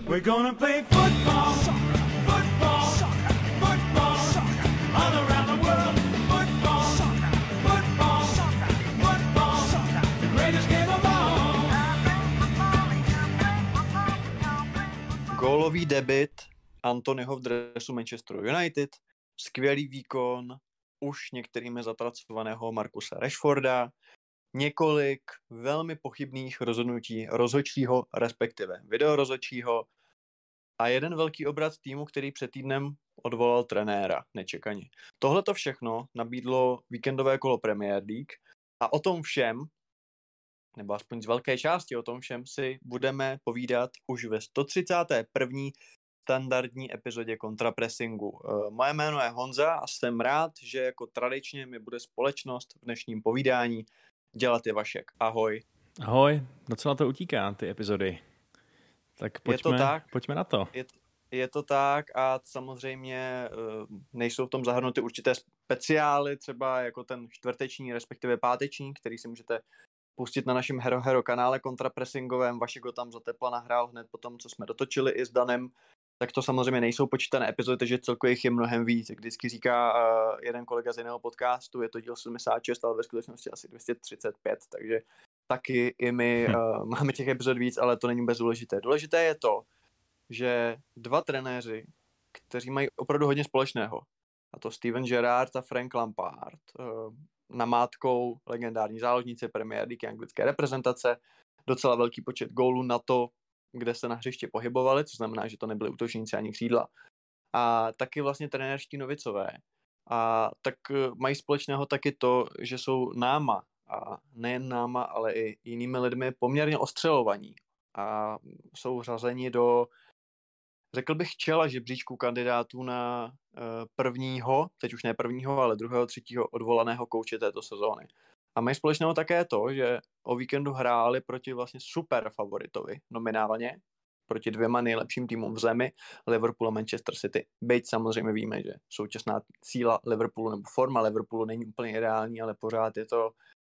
We're gonna play football, football, football, all around the world. Football, football, football, the greatest game of all. Gólový debut Antonyho v dresu Manchesteru United, skvělý výkon už některými zatracovaného Marcusa Rashforda, několik velmi pochybných rozhodnutí rozhodčího, respektive videorozhodčího a jeden velký obrat týmu, který před týdnem odvolal trenéra nečekaně. Tohle to všechno nabídlo víkendové kolo Premier League a o tom všem, nebo aspoň z velké části o tom všem, si budeme povídat už ve 131. standardní epizodě Kontrapressingu. Moje jméno je Honza a jsem rád, že jako tradičně mi bude společnost v dnešním povídání dělat je Vašek. Ahoj. Ahoj, docela to utíká, ty epizody. Tak pojďme na to. Je to tak a samozřejmě nejsou v tom zahrnuty určité speciály, třeba jako ten čtvrteční, respektive páteční, který si můžete pustit na našem Hero kanále kontrapressingovém. Vašek ho tam zatepla nahrál hned po tom, co jsme dotočili i s Danem. Tak to samozřejmě nejsou počítané epizody, takže celkově jich je mnohem víc. Vždycky říká jeden kolega z jiného podcastu, je to díl 76, ale ve skutečnosti asi 235, takže taky i my máme těch epizod víc, ale to není vůbec důležité. Důležité je to, že dva trenéři, kteří mají opravdu hodně společného, a to Steven Gerrard a Frank Lampard, namátkou legendární záložníci Premier League anglické reprezentace, docela velký počet gólů na to, kde se na hřiště pohybovali, což znamená, že to nebyli útočníci ani křídla. A taky vlastně trenérští novicové. A tak mají společného taky to, že jsou náma, a nejen náma, ale i jinými lidmi poměrně ostřelovaní. A jsou řazeni do, řekl bych, čela žebříčku kandidátů na prvního, teď už ne prvního, ale druhého, třetího odvolaného kouče této sezóny. A mají společného také to, že o víkendu hráli proti vlastně super favoritovi nominálně, proti dvěma nejlepším týmům v zemi, Liverpool a Manchester City. Byť samozřejmě víme, že současná síla Liverpoolu nebo forma Liverpoolu není úplně ideální, ale pořád je to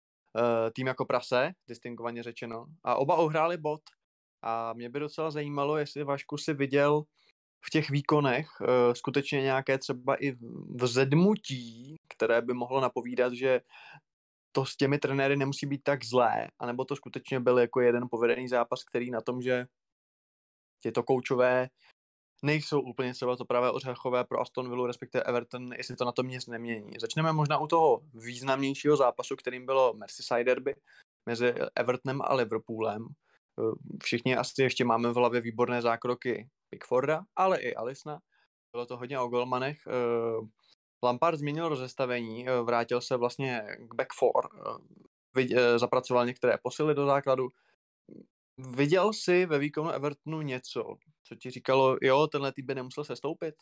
tým jako prase, distingovaně řečeno. A oba ohráli bod. A mě by docela zajímalo, jestli Vašku si viděl v těch výkonech skutečně nějaké třeba i vzedmutí, které by mohlo napovídat, že to s těmi trenéry nemusí být tak zlé, anebo to skutečně byl jako jeden povedený zápas, který na tom, že těto koučové nejsou úplně třeba to pravé ořechové pro Aston Villu, respektive Everton, jestli to na tom nic nemění. Začneme možná u toho významnějšího zápasu, kterým bylo Merseyside derby mezi Evertonem a Liverpoolem. Všichni asi ještě máme v hlavě výborné zákroky Pickforda, ale i Alisona. Bylo to hodně o golmanech. Lampard změnil rozestavení, vrátil se vlastně k back four, zapracoval některé posily do základu. Viděl jsi ve výkonu Evertonu něco, co ti říkalo, jo, tenhle tým by nemusel sestoupit?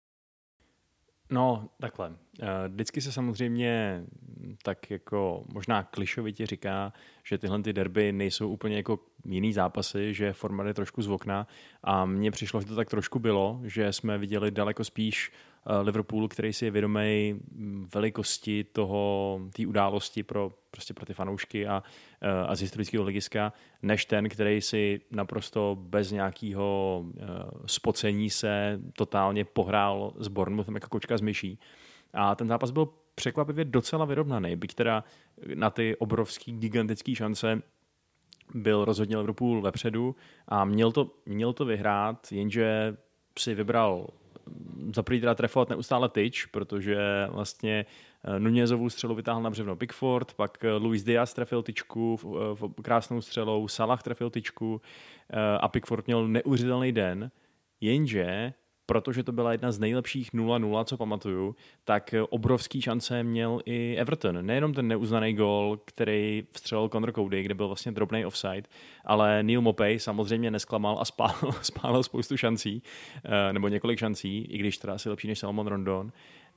No, takhle. Vždycky se samozřejmě tak jako možná klišovitě říká, že tyhle ty derby nejsou úplně jako jiný zápasy, že forma je trošku z okna a mně přišlo, že to tak trošku bylo, že jsme viděli daleko spíš Liverpool, který si je vědomý velikosti té události pro ty fanoušky a z historického hlediska, než ten, který si naprosto bez nějakého spocení se totálně pohrál s Bournemouthem jako kočka z myší. A ten zápas byl překvapivě docela vyrovnaný, byť teda na ty obrovský, gigantický šance byl rozhodně Liverpool vepředu a měl to vyhrát, jenže si vybral za první teda trefovat neustále tyč, protože vlastně Nunezovu střelu vytáhl na břevno Pickford, pak Luis Diaz trefil tyčku krásnou střelou, Salah trefil tyčku a Pickford měl neuvěřitelný den, jenže protože to byla jedna z nejlepších 0-0, co pamatuju, tak obrovský šance měl i Everton. Nejenom ten neuznaný gól, který vstřelil Conor Cody, kde byl vlastně drobný offside, ale Neil Maupay samozřejmě nesklamal a spálil spoustu šancí, nebo několik šancí, i když teda asi lepší než Salomon Rondon.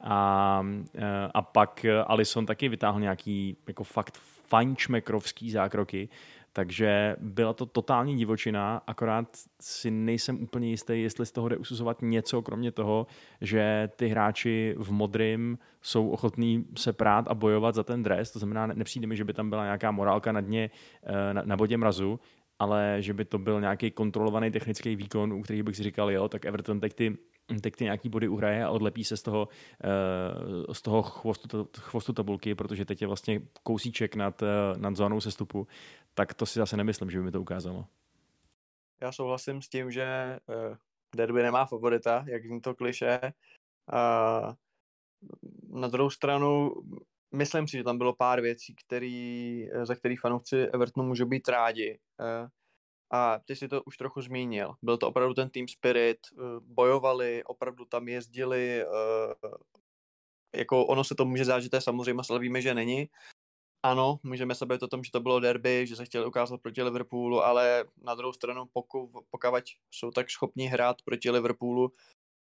A pak Alisson taky vytáhl nějaký jako fakt fajnšmekrovský zákroky, takže byla to totální divočina, akorát si nejsem úplně jistý, jestli z toho jde usuzovat něco, kromě toho, že ty hráči v modrým jsou ochotní se prát a bojovat za ten dres, to znamená, nepřijde mi, že by tam byla nějaká morálka na dně, na bodě mrazu. ale že by to byl nějaký kontrolovaný technický výkon, u kterých bych si říkal, jo, tak Everton teď ty nějaký body uhraje a odlepí se z toho chvostu tabulky, protože teď je vlastně kousíček nad zónou sestupu, tak to si zase nemyslím, že by mi to ukázalo. Já souhlasím s tím, že derby nemá favorita, jak zní to klišé. A na druhou stranu myslím si, že tam bylo pár věcí, za který fanoušci Evertonu můžou být rádi. A ty si to už trochu zmínil. Byl to opravdu ten team spirit, bojovali, opravdu tam jezdili, jako ono se to může zdát, že to je samozřejmě, ale víme, že není. Ano, můžeme se bavit o tom, že to bylo derby, že se chtěli ukázat proti Liverpoolu, ale na druhou stranu, pokud jsou tak schopni hrát proti Liverpoolu,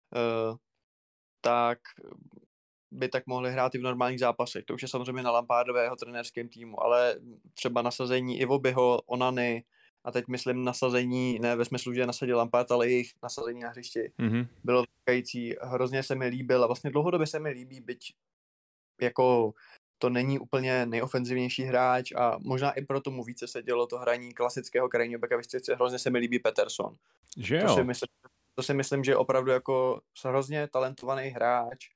tak by tak mohli hrát i v normálních zápasech. To už je samozřejmě na Lampardového trenérském týmu, ale třeba nasazení Iwobiho, Onany, a teď myslím nasazení, ne ve smyslu, že nasadil Lampard, ale jejich nasazení na hřišti. Bylo vynikající, hrozně se mi líbil a vlastně dlouhodobě se mi líbí, byť jako to není úplně nejofenzivnější hráč a možná i proto mu více se dělo to hraní klasického krajního beka ve čtyřce. Hrozně se mi líbí Peterson. Že jo? To si myslím, že je opravdu jako hrozně talentovaný hráč,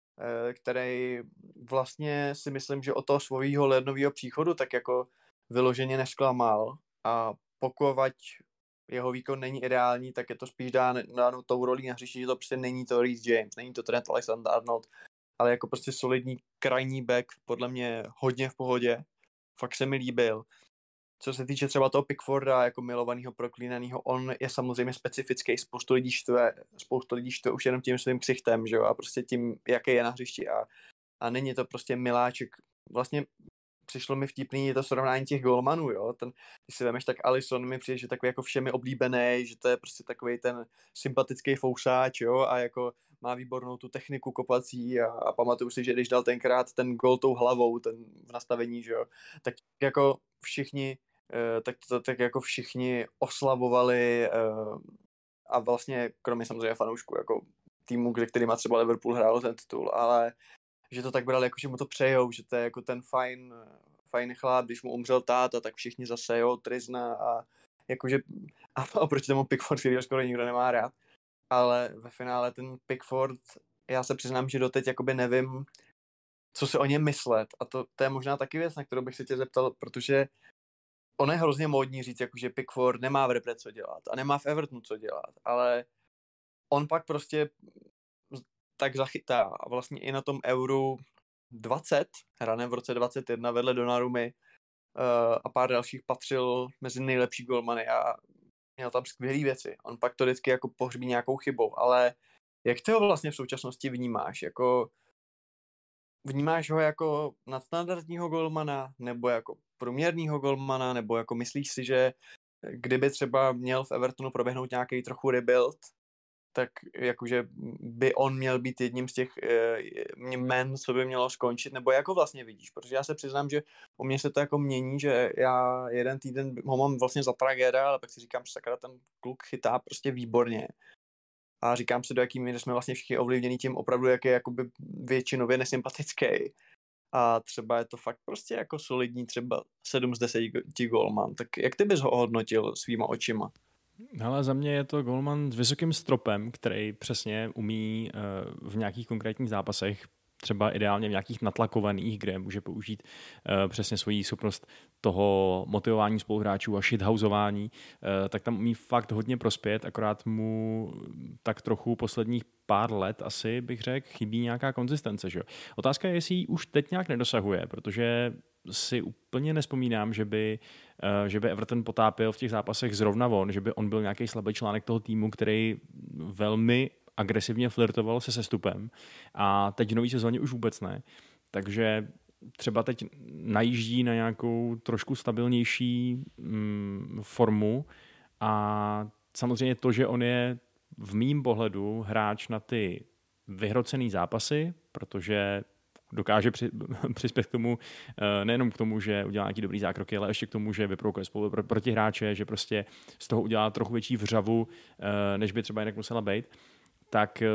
který vlastně si myslím, že od toho svojho lednového příchodu tak jako vyloženě nesklamal a pokud jeho výkon není ideální, tak je to spíš dáno tou rolí na hřišti, že to prostě není to Reece James, není to Trent Alexander-Arnold, ale jako prostě solidní krajní back, podle mě hodně v pohodě, fakt se mi líbil. Co se týče třeba toho Pickforda, jako milovaného, proklínaného, on je samozřejmě specifický, spoustu lidí štve už jenom tím svým ksichtem, že jo, a prostě tím, jaký je na hřišti a není to prostě miláček. Vlastně přišlo mi vtipný je to srovnání těch golmanů, jo, když si vemeš, tak Alisson mi přijde, že takový jako všemi oblíbený, že to je prostě takový ten sympatický fousáč, jo, a jako má výbornou tu techniku kopací a pamatuju si, že když dal tenkrát ten gol tou hlavou, ten v nastavení, že jo, tak jako všichni tak jako všichni oslavovali a vlastně kromě samozřejmě fanoušků jako týmu, který má třeba Liverpool hrál ten titul, ale že to tak brali, jako že mu to přejou, že to je jako ten fajn chlap, když mu umřel táta, tak všichni zase, jo, trizna a jakože a oproti tomu Pickford, který skoro nikdo nemá rád, ale ve finále ten Pickford, já se přiznám, že doteď jakoby nevím, co si o něm myslet a to je možná taky věc, na kterou bych se tě zeptal, protože ono je hrozně módní říct, jakože Pickford nemá v repre co dělat a nemá v Evertonu co dělat, ale on pak prostě tak zachytá a vlastně i na tom Euro 20, hraném v roce 21 vedle Donnarumy a pár dalších patřil mezi nejlepší golmany a měl tam skvělé věci. On pak to vždycky jako pohřbí nějakou chybou, ale jak ty ho vlastně v současnosti vnímáš? Jako vnímáš ho jako nadstandardního golmana nebo jako průměrného golmana, nebo jako myslíš si, že kdyby třeba měl v Evertonu proběhnout nějaký trochu rebuild, tak jakože by on měl být jedním z těch men, co by mělo skončit, nebo jako vlastně vidíš, protože já se přiznám, že u mě se to jako mění, že já jeden týden ho mám vlastně za tragéda, ale pak si říkám, že sakra ten kluk chytá prostě výborně. A říkám si, do jaký míry jsme vlastně všichni ovlivněni tím opravdu, jak je jakoby většinově nesympatický. A třeba je to fakt prostě jako solidní, třeba 7 z 10 golman. Tak jak ty bys ho hodnotil svýma očima? Ale za mě je to golman s vysokým stropem, který přesně umí v nějakých konkrétních zápasech, třeba ideálně v nějakých natlakovaných, kde může použít přesně svoji schopnost toho motivování spoluhráčů a shithousování, tak tam umí fakt hodně prospět, akorát mu tak trochu posledních pár let asi bych řekl, chybí nějaká konzistence. Že? Otázka je, jestli ji už teď nějak nedosahuje, protože si úplně nespomínám, že by Everton potápil v těch zápasech zrovna on, že by on byl nějaký slabý článek toho týmu, který velmi agresivně flirtoval se sestupem a teď v nový sezóně už vůbec ne. Takže třeba teď najíždí na nějakou trošku stabilnější formu a samozřejmě to, že on je v mým pohledu hráč na ty vyhrocený zápasy, protože dokáže přispět k tomu, nejenom k tomu, že udělá nějaký dobrý zákroky, ale ještě k tomu, že vyprovokuje spolu proti hráče, že prostě z toho udělá trochu větší vřavu, než by třeba jinak musela být, tak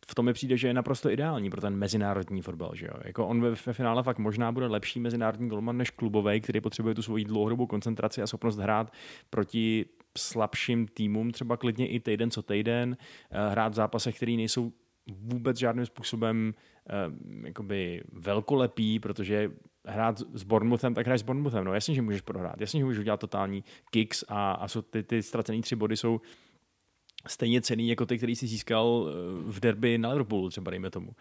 v tom mi přijde, že je naprosto ideální pro ten mezinárodní fotbal, že jo. Jako on ve finále fakt možná bude lepší mezinárodní golman než klubový, který potřebuje tu svoji dlouhodobou koncentraci a schopnost hrát proti slabším týmům, třeba klidně i týden co týden, hrát v zápasech, které nejsou vůbec žádným způsobem jakoby velkolepý, protože hrát s Bournemouthem, tak hraj s Bournemouthem. No jasně, že můžeš prohrát, jasně, že můžeš udělat totální kicks a jsou ty ztracený 3 body jsou stejně cenný jako ty, který si získal v derby na Liverpoolu, třeba dejme tomu.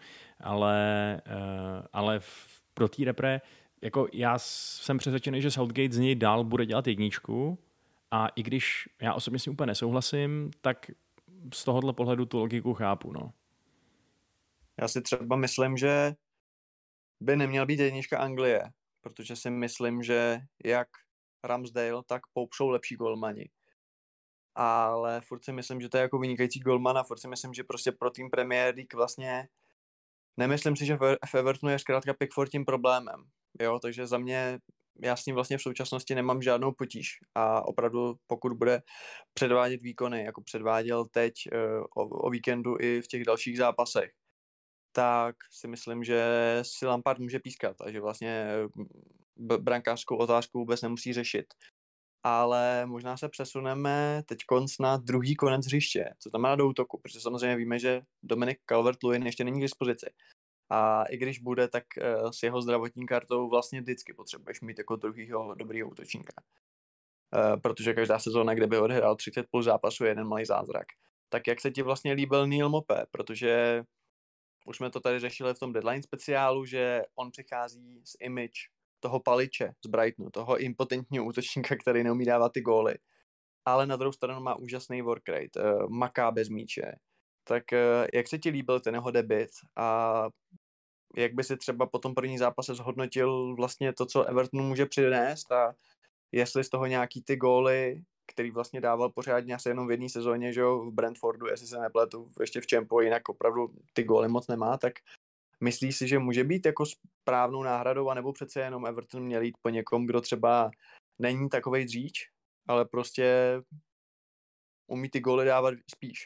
Ale pro té repre, jako já jsem přesvědčený, že Southgate z něj dál bude dělat jedničku a i když já osobně s ním úplně nesouhlasím, tak z tohohle pohledu tu logiku chápu, no. Já si třeba myslím, že by neměl být jednička Anglie, protože si myslím, že jak Ramsdale, tak Pope jsou lepší golmani. Ale furt si myslím, že to je jako vynikající golman a furt si myslím, že prostě pro tým Premier League vlastně nemyslím si, že v Evertonu je zkrátka Pickford tím problémem. Jo, takže za mě já s ním vlastně v současnosti nemám žádnou potíž a opravdu pokud bude předvádět výkony, jako předváděl teď o víkendu i v těch dalších zápasech, tak si myslím, že si Lampard může pískat a že vlastně brankářskou otázku vůbec nemusí řešit. Ale možná se přesuneme teď na druhý konec hřiště, co znamená do útoku, protože samozřejmě víme, že Dominic Calvert-Lewin ještě není k dispozici. A i když bude, tak s jeho zdravotní kartou vlastně vždycky potřebuješ mít jako druhýho dobrýho útočníka. Protože každá sezóna, kde by odehrál 30 plus zápasů, je jeden malý zázrak. Tak jak se ti vlastně líbil Neil Maupay, protože už jsme to tady řešili v tom deadline speciálu, že on přichází z image toho paliče z Brightonu, toho impotentního útočníka, který neumí dávat ty góly. Ale na druhou stranu má úžasný work rate, maká bez míče. Tak jak se ti líbil ten jeho debut a jak by si třeba po tom první zápase zhodnotil vlastně to, co Evertonu může přinést a jestli z toho nějaký ty góly, který vlastně dával pořádně asi jenom v jedné sezóně, že jo, v Brentfordu, jestli se nepletu, ještě v Champu, jinak opravdu ty góly moc nemá, tak myslíš si, že může být jako správnou náhradou, anebo přece jenom Everton měl jít po někom, kdo třeba není takovej dříč, ale prostě umí ty góly dávat spíš?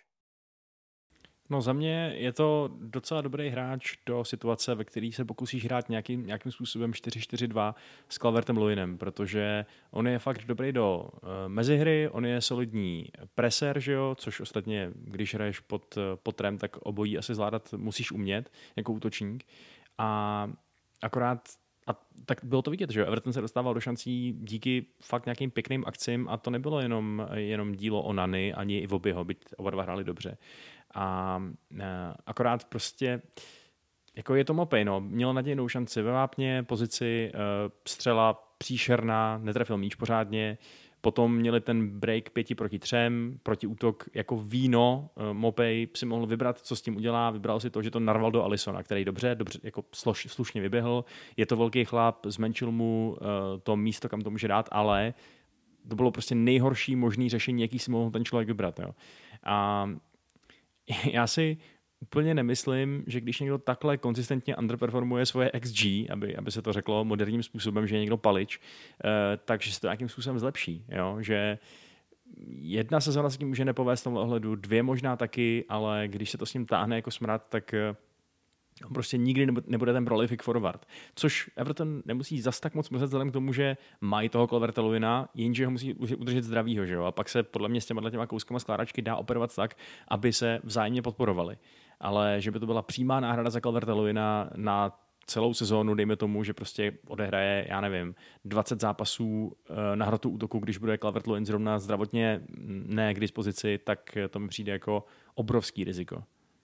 No za mě je to docela dobrý hráč do situace, ve které se pokusíš hrát nějakým způsobem 4-4-2 s Calvertem Lewinem, protože on je fakt dobrý do mezihry, on je solidní preser, že jo, což ostatně, když hraješ pod trem, tak obojí asi zvládat musíš umět jako útočník. A akorát tak bylo to vidět, že Everton se dostával do šancí díky fakt nějakým pěkným akcím a to nebylo jenom dílo Onany ani i Iwobiho, byť oba dva hráli dobře. A akorát prostě jako je to Maupay, no. Měl nadějnou šanci ve vápně, pozici střela příšerná, netrefil míč pořádně, potom měli ten break 5-3, protiútok jako víno. Maupay si mohl vybrat, co s tím udělá, vybral si to, že to narval do Alisona, který dobře jako slušně vyběhl, je to velký chlap, zmenšil mu to místo, kam to může dát, ale to bylo prostě nejhorší možný řešení, jaký si mohl ten člověk vybrat. Jo. A já si úplně nemyslím, že když někdo takhle konzistentně underperformuje svoje XG, aby se to řeklo moderním způsobem, že je někdo palič, takže se to nějakým způsobem zlepší. Jo? Že jedna sezona se tím může nepovést v tomhle ohledu, 2 možná taky, ale když se to s ním táhne jako smrad, tak prostě nikdy nebude ten prolific forward. Což Everton nemusí zas tak moc myslet vzhledem k tomu, že mají toho Calverta Lewina, jenže ho musí udržet zdravýho, že jo? A pak se podle mě s těma kouskama skládačky dá operovat tak, aby se vzájemně podporovali. Ale že by to byla přímá náhrada za Calverta Lewina na celou sezónu, dejme tomu, že prostě odehraje, já nevím, 20 zápasů na hrotu útoku, když bude Calvert-Lewin zrovna zdravotně ne k dispozici, tak to mi přijde jako obrovský riziko.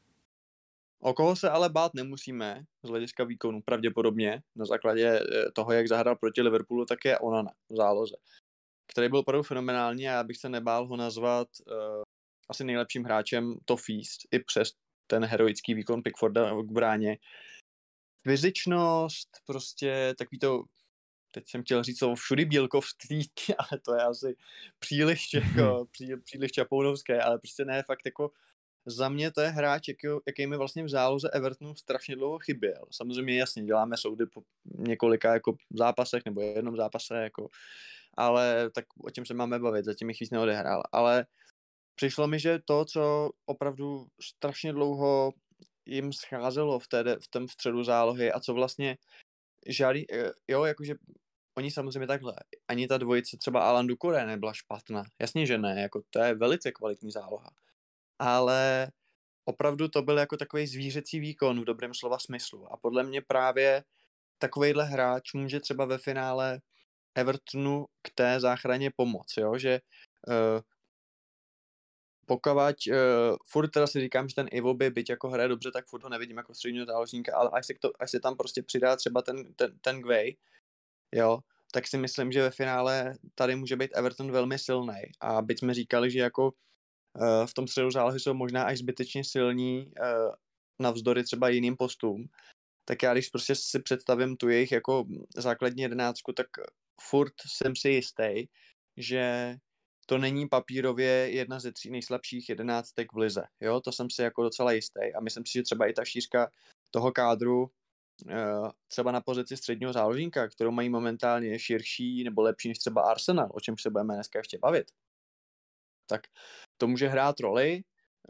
O koho se ale bát nemusíme z hlediska výkonu, pravděpodobně na základě toho, jak zahrál proti Liverpoolu, tak je Onana v záloze, který byl opravdu fenomenální a já bych se nebál ho nazvat asi nejlepším hráčem to Feast, i přes ten heroický výkon Pickforda k bráně. Fyzičnost, prostě takový to, teď jsem chtěl říct slovo všudy bílkovství, ale to je asi příliš, jako, příliš čapounovské, ale prostě ne, fakt jako za mě to je hráč, jaký mi vlastně v záloze Evertonu strašně dlouho chyběl. Samozřejmě jasně, děláme soudy po několika jako zápasech nebo jednom zápase, jako, ale tak o čem se máme bavit, zatím jich víc neodehrál. Ale přišlo mi, že to, co opravdu strašně dlouho jim scházelo v tom středu zálohy a co vlastně žádný, jo, jakože oni samozřejmě takhle, ani ta dvojice třeba Alan Doucouré nebyla špatná, jasně, že ne, jako to je velice kvalitní záloha, ale opravdu to byl jako takový zvířecí výkon v dobrém slova smyslu a podle mě právě takovejhle hráč může třeba ve finále Evertonu k té záchraně pomoct, jo, že pokud furt teda si říkám, že ten Iwobi, byť jako hraje dobře, tak furt ho nevidím jako středního záložníka, ale až se tam prostě přidá třeba ten Guay, jo, tak si myslím, že ve finále tady může být Everton velmi silný. A byť jsme říkali, že jako v tom středu zálohy jsou možná až zbytečně silní navzdory třeba jiným postům, tak já když prostě si představím tu jejich jako základní jedenáctku, tak furt jsem si jistý, že to není papírově jedna ze 3 nejslabších jedenáctek v lize. Jo, to jsem si jako docela jistý. A myslím si, že třeba i ta šířka toho kádru třeba na pozici středního záložníka, kterou mají momentálně širší nebo lepší než třeba Arsenal, o čem se budeme dneska ještě bavit, tak to může hrát roli.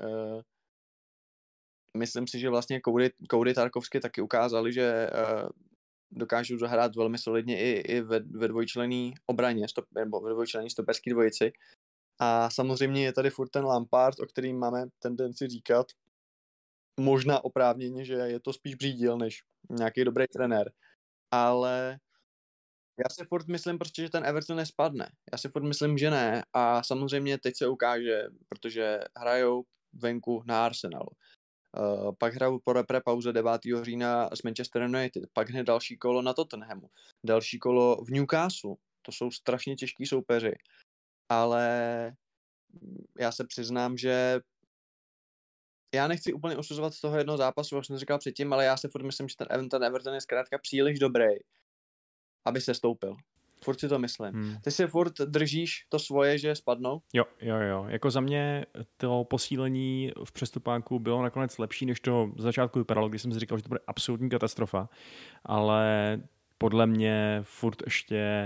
Myslím si, že vlastně Cody Tarkovsky taky ukázali, že dokážou zahrát velmi solidně i ve dvojčlenný obraně, nebo ve dvojčlenný stoperský dvojici. A samozřejmě je tady furt ten Lampard, o kterým máme tendenci říkat, možná oprávněně, že je to spíš břídil, než nějaký dobrý trenér. Ale já si furt myslím prostě, že ten Everton nespadne. Já si furt myslím, že ne. A samozřejmě teď se ukáže, protože hrajou venku na Arsenalu. Pak hrajou po repre pauze 9. října s Manchester United. Pak hned další kolo na Tottenhamu. Další kolo v Newcastle. To jsou strašně těžký soupeři. Ale já se přiznám, že já nechci úplně usuzovat z toho jednoho zápasu, jak jsem říkal předtím, ale já si furt myslím, že ten Everton je zkrátka příliš dobrý, aby se stoupil. Furt si to myslím. Ty si furt držíš to svoje, že spadnou? Jo. Jako za mě to posílení v přestupáku bylo nakonec lepší, než to z začátku vypadalo, když jsem si říkal, že to bude absolutní katastrofa. Ale podle mě furt ještě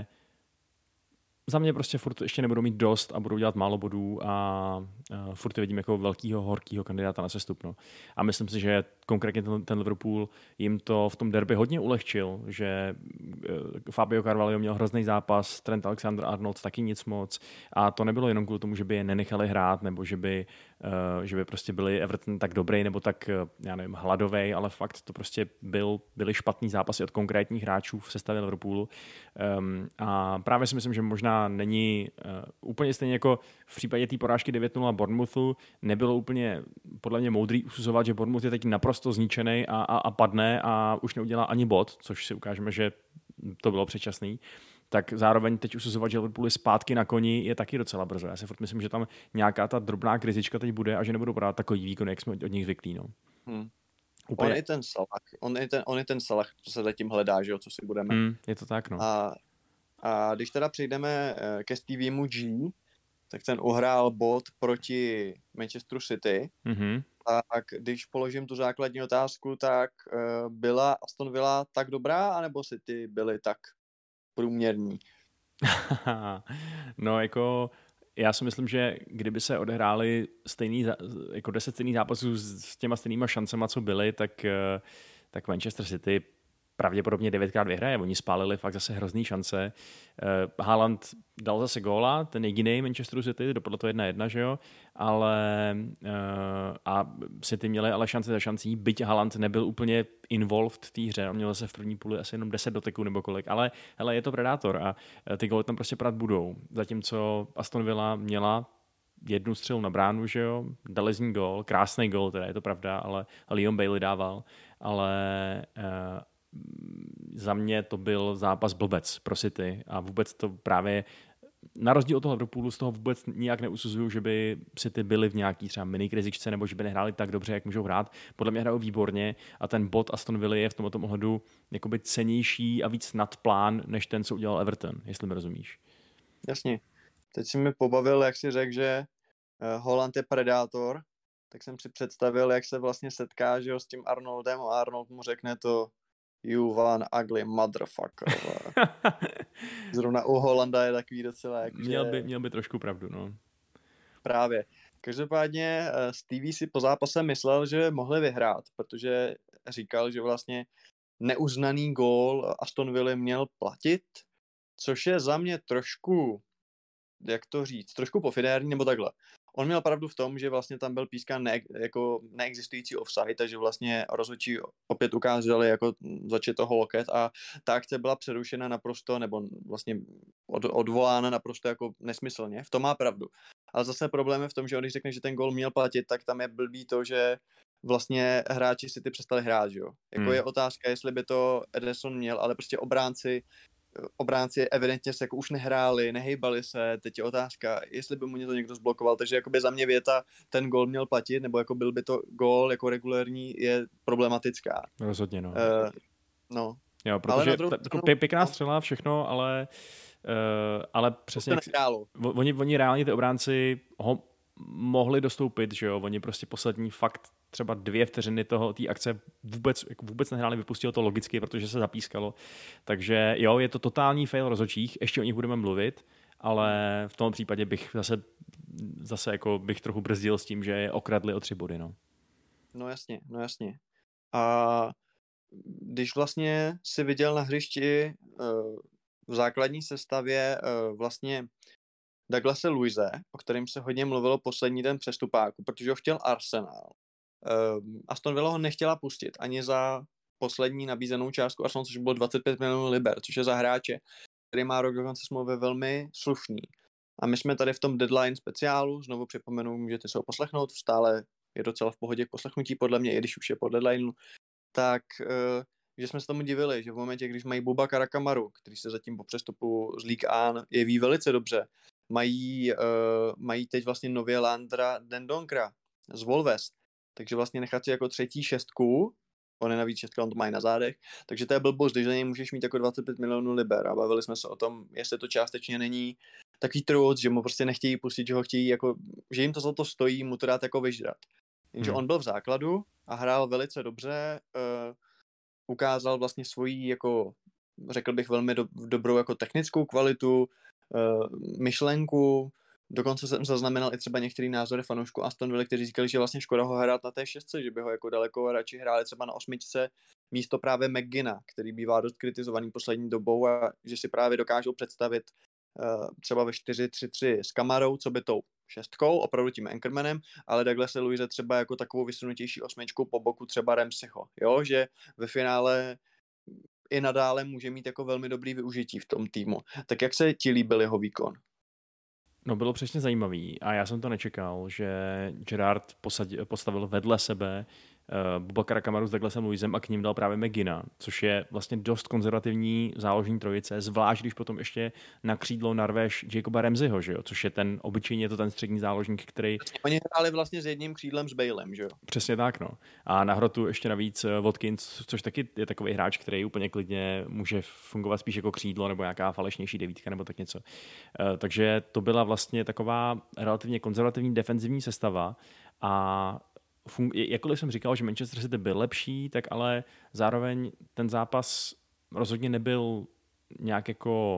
nebudou mít dost a budou dělat málo bodů a furt je vidím jako velkýho, horkýho kandidáta na sestup. No. A myslím si, že konkrétně ten Liverpool jim to v tom derby hodně ulehčil, že Fabio Carvalho měl hrozný zápas, Trent Alexander-Arnold taky nic moc a to nebylo jenom kvůli tomu, že by je nenechali hrát nebo že by prostě byli Everton tak dobrý nebo tak, já nevím, hladovej, ale fakt to prostě byly špatný zápasy od konkrétních hráčů v sestavě Liverpoolu a právě si myslím, že možná není úplně stejně jako v případě té porážky 9-0 Bournemouthu, nebylo úplně podle mě moudrý usuzovat, že Bournemouth je teď naprosto zničený a padne a už neudělá ani bod, což si ukážeme, že to bylo předčasný. Tak zároveň teď usuzovat, že Liverpool je zpátky na koni, je taky docela brzo. Já si furt myslím, že tam nějaká ta drobná krizička teď bude a že nebudou brát takový výkon, jak jsme od nich zvyklí. No. Úplně... On je ten Salah, co se zatím hledá, že jo, co si budeme. Je to tak, no. A když teda přejdeme ke Stevemu G, tak ten uhrál bod proti Manchesteru City. Tak když položím tu základní otázku, tak byla Aston Villa tak dobrá, anebo City byly tak průměrní? No jako já si myslím, že kdyby se odehráli jako 10 stejných zápasů s těma stejnýma šancema, co byly, tak Manchester City pravděpodobně 9krát vyhraje. Oni spálili fakt zase hrozný šance. Haaland dal zase góla, ten jediný Manchesteru City, dopadlo to 1-1, že jo? Ale a City měli ale šance za šancí, byť Haaland nebyl úplně involved v té hře, on měl zase v první půli asi jenom 10 doteků nebo kolik, ale hele, je to predátor a ty góly tam prostě padat budou. Zatímco Aston Villa měla jednu střelu na bránu, že jo, dali z ní gól, krásný gól, teda je to pravda, ale Leon Bailey dával, ale za mě to byl zápas blbec pro City a vůbec to právě na rozdíl od toho Liverpoolu z toho vůbec nijak neusuzuju, že by City byli v nějaký třeba mini krizičce nebo že by nehráli tak dobře, jak můžou hrát. Podle mě hrajou výborně a ten bod Aston Villa je v tomto ohledu jakoby cennější a víc nad plán, než ten, co udělal Everton, jestli mi rozumíš. Jasně. Teď si mi pobavil, jak si řekl, že Haaland je predátor, tak jsem si představil, jak se vlastně setká, že jo, s tím Arnoldem a Arnold mu řekne to you one ugly motherfucker. Zrovna u Holanda je takový docela jako, Měl by trošku pravdu, no. Právě. Každopádně Stevie si po zápase myslel, že mohli vyhrát, protože říkal, že vlastně neuznaný gól Aston Villa měl platit, což je za mě trošku, jak to říct, trošku pofidérní, nebo takhle. On měl pravdu v tom, že vlastně tam byl pískán jako neexistující offside, takže vlastně rozhodčí opět ukázali jako začít toho loket a ta akce byla přerušena naprosto, nebo vlastně odvolána naprosto jako nesmyslně. V tom má pravdu. Ale zase problém je v tom, že když řekne, že ten gól měl platit, tak tam je blbý to, že vlastně hráči si ty přestali hrát, že jo. Jako je otázka, jestli by to Ederson měl, ale prostě obránci evidentně se jako už nehráli, nehejbali se, teď je otázka, jestli by mu to někdo zblokoval, takže jakoby za mě věta, ten gól měl platit, nebo jako byl by to gól jako regulérní, je problematická. Rozhodně, no. No. Jo, protože pěkná střela, všechno, ale přesně... To nehrálo. Oni reálně ty obránci ho mohli dostoupit, že jo, oni prostě poslední fakt třeba 2 vteřiny té akce vůbec nehráli, vypustilo to logicky, protože se zapískalo. Takže jo, je to totální fail rozhodčích, ještě o nich budeme mluvit, ale v tom případě bych zase jako bych trochu brzdil s tím, že je okradli o 3 body, no. No jasně. A když vlastně si viděl na hřišti v základní sestavě vlastně Douglase Luise, o kterém se hodně mluvilo poslední den přestupáku, protože ho chtěl Arsenal. Aston Villa ho nechtěla pustit ani za poslední nabízenou částku Arsenal, což bylo 25 milionů liber, což je za hráče, který má rok do konce smlouvy velmi slušný. A my jsme tady v tom deadline speciálu, znovu připomenu, můžete se ho poslechnout, stále je docela v pohodě k poslechnutí, podle mě, i když už je po deadlineu, tak že jsme se tomu divili, že v momentě, když mají Boubacara Kamaru, který se zatím po přestupu z Ligue 1 jeví velice dobře, mají teď vlastně nově Landra Dendonkra z Wolves, takže vlastně nechat si jako 3. šestku, on je navíc šestka, on to mají na zádech, takže to je blbost, když za něj můžeš mít jako 25 milionů liber a bavili jsme se o tom, jestli to částečně není takový truc, že mu prostě nechtějí pustit, že ho chtějí jako, že jim to za to stojí, mu to dát jako vyžrat. Jenže on byl v základu a hrál velice dobře, ukázal vlastně svoji jako, řekl bych, velmi dobrou jako technickou kvalitu, myšlenku, dokonce jsem zaznamenal i třeba některý názory fanoušků Aston Villa, kteří říkali, že vlastně škoda ho hrát na té 6, že by ho jako daleko radši hráli třeba na 8 místo právě McGinna, který bývá dost kritizovaný poslední dobou a že si právě dokážou představit třeba ve 4-3-3 s Kamarou, co by tou 6, opravdu tím Anchormanem, ale Douglase Luise třeba jako takovou vysunutější 8 po boku třeba Ramseyho, jo, že ve finále i nadále může mít jako velmi dobrý využití v tom týmu. Tak jak se ti líbil jeho výkon? No, bylo přesně zajímavý a já jsem to nečekal, že Gerrard postavil vedle sebe Boubacara Kamaru s Douglasem Luisem a k ním dal právě McGinna, což je vlastně dost konzervativní záložní trojice, zvlášť když potom ještě na křídlo narveš Jacoba Ramseyho, že jo, což je ten obyčejně to ten střední záložník, který... Oni hráli vlastně s jedním křídlem s Balem, že jo? Přesně tak, no. A na hrotu ještě navíc Watkins, což taky je takový hráč, který úplně klidně může fungovat spíš jako křídlo nebo nějaká falešnější devítka nebo tak něco. Takže to byla vlastně taková relativně konzervativní defenzivní sestava a jakkoliv jsem říkal, že Manchester City byl lepší, tak ale zároveň ten zápas rozhodně nebyl nějak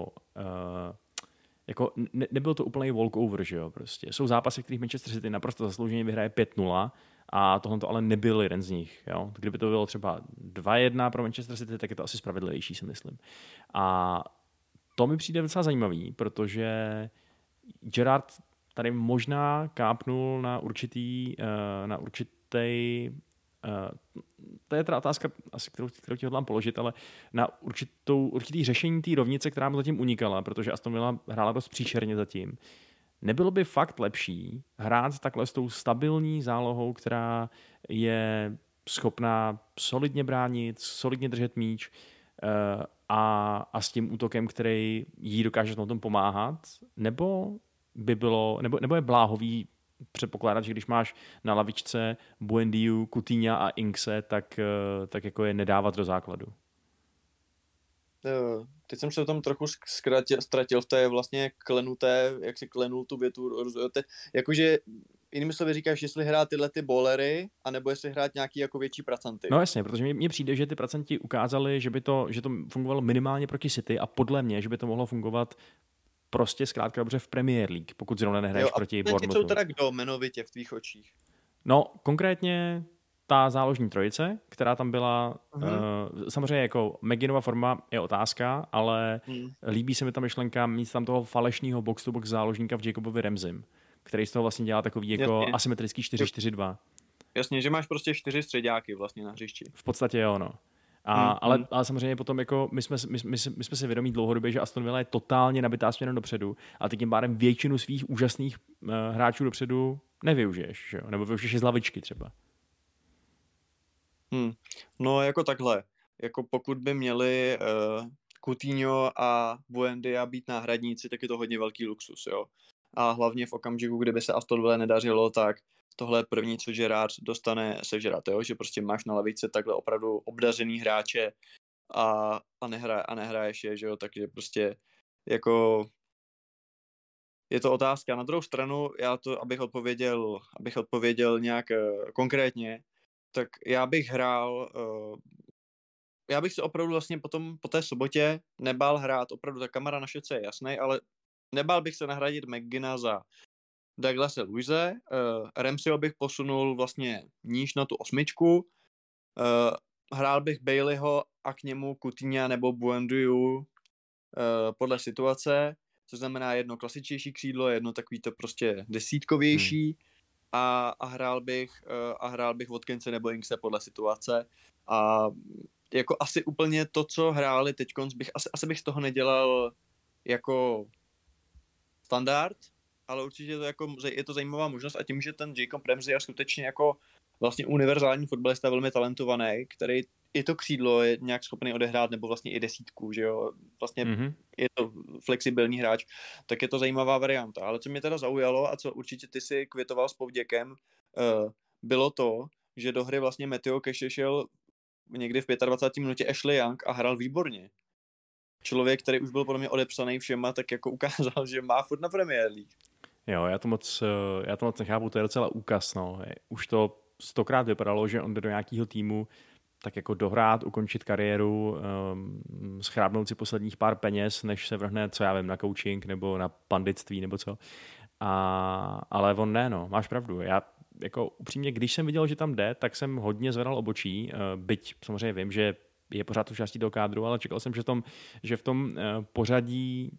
nebyl to úplný walkover, že jo, prostě. Jsou zápasy, kterých Manchester City naprosto zaslouženě vyhraje 5-0 a tohle to ale nebyl jeden z nich, jo. Kdyby to bylo třeba 2-1 pro Manchester City, tak je to asi spravedlivější, si myslím. A to mi přijde docela zajímavý, protože Gerrard tady možná kápnul na určitý to je teda otázka, asi, kterou ti hodlám položit, ale na určitý řešení té rovnice, která mu zatím unikala, protože Aston Villa hrála dost příšerně zatím. Nebylo by fakt lepší hrát takhle s tou stabilní zálohou, která je schopná solidně bránit, solidně držet míč a s tím útokem, který jí dokáže na tom pomáhat, nebo je bláhový předpokládat, že když máš na lavičce Buendiu, Coutinha a Inkse, tak jako je nedávat do základu. Teď jsem se o tom trochu ztratil v té vlastně klenuté, jak si klenul tu větu, jakože jinými slovy říkáš, jestli hrát tyhle ty bowlery, anebo jestli hrát nějaký jako větší pracanty. No jasně, protože mně přijde, že ty pracanti ukázali, že to fungovalo minimálně proti City a podle mě, že by to mohlo fungovat prostě zkrátka dobře v Premier League, pokud zrovna nehraješ proti Bournemouthu. Jsou teda kdo jmenovitě v tvých očích? No, konkrétně ta záložní trojice, která tam byla, samozřejmě jako McGinnova forma je otázka, ale líbí se mi ta myšlenka mít tam toho falešného box-to-box záložníka v Jacobovi Ramseym, který z toho vlastně dělá takový jako asymetrický 4-4-2. Jasně, že máš prostě 4 středáky vlastně na hřišti. V podstatě jo, no. Ale samozřejmě potom jako my jsme si vědomí dlouhodobě, že Aston Villa je totálně nabitá směrem dopředu a ty tím pádem většinu svých úžasných hráčů dopředu nevyužiješ, že jo? Nebo využiješ z lavičky třeba. No jako takhle, jako pokud by měli Coutinho a Buendia být náhradníci, tak je to hodně velký luxus, jo. A hlavně v okamžiku, kdyby se Aston Villa nedařilo, tak tohle je první, co Gerrard dostane sežrat, jo? Že prostě máš na lavici takhle opravdu obdařený hráče a nehraješ je, že jo, takže prostě jako je to otázka. Na druhou stranu, já to, abych odpověděl nějak konkrétně, tak já bych se opravdu vlastně potom po té sobotě nebál hrát, opravdu ta kamera na šece je jasný, ale nebál bych se nahradit McGinna za Douglase Luise, Ramseyho bych posunul vlastně níž na tu 8, hrál bych Baileyho a k němu Coutinha nebo Buendiu podle situace, což znamená jedno klasičtější křídlo, jedno takový to prostě desítkovější a hrál bych Watkinse nebo Inkse podle situace a jako asi úplně to, co hráli teďkonc, asi bych z toho nedělal jako standard, ale určitě je to zajímavá možnost a tím, že ten Jacob Ramsey je skutečně jako vlastně univerzální fotbalista, velmi talentovaný, který i to křídlo je nějak schopný odehrát, nebo vlastně i desítku, že jo, vlastně je to flexibilní hráč, tak je to zajímavá varianta. Ale co mě teda zaujalo a co určitě ty si kvitoval s povděkem, bylo to, že do hry vlastně Mateo Cash šel někdy v 25. minutě Ashley Young a hrál výborně. Člověk, který už byl podle mě odepsaný všema, tak jako ukázal, že má furt na Premier League. Jo, já to moc nechápu, to je docela úkaz, no. Už to 100krát vypadalo, že on jde do nějakého týmu tak jako dohrát, ukončit kariéru, schrábnout si posledních pár peněz, než se vrhne, co já vím, na coaching nebo na panditství nebo co. Ale on ne, no, máš pravdu. Já jako upřímně, když jsem viděl, že tam jde, tak jsem hodně zvedal obočí, byť samozřejmě vím, že je pořád tu částí toho kádru, ale čekal jsem, že v tom pořadí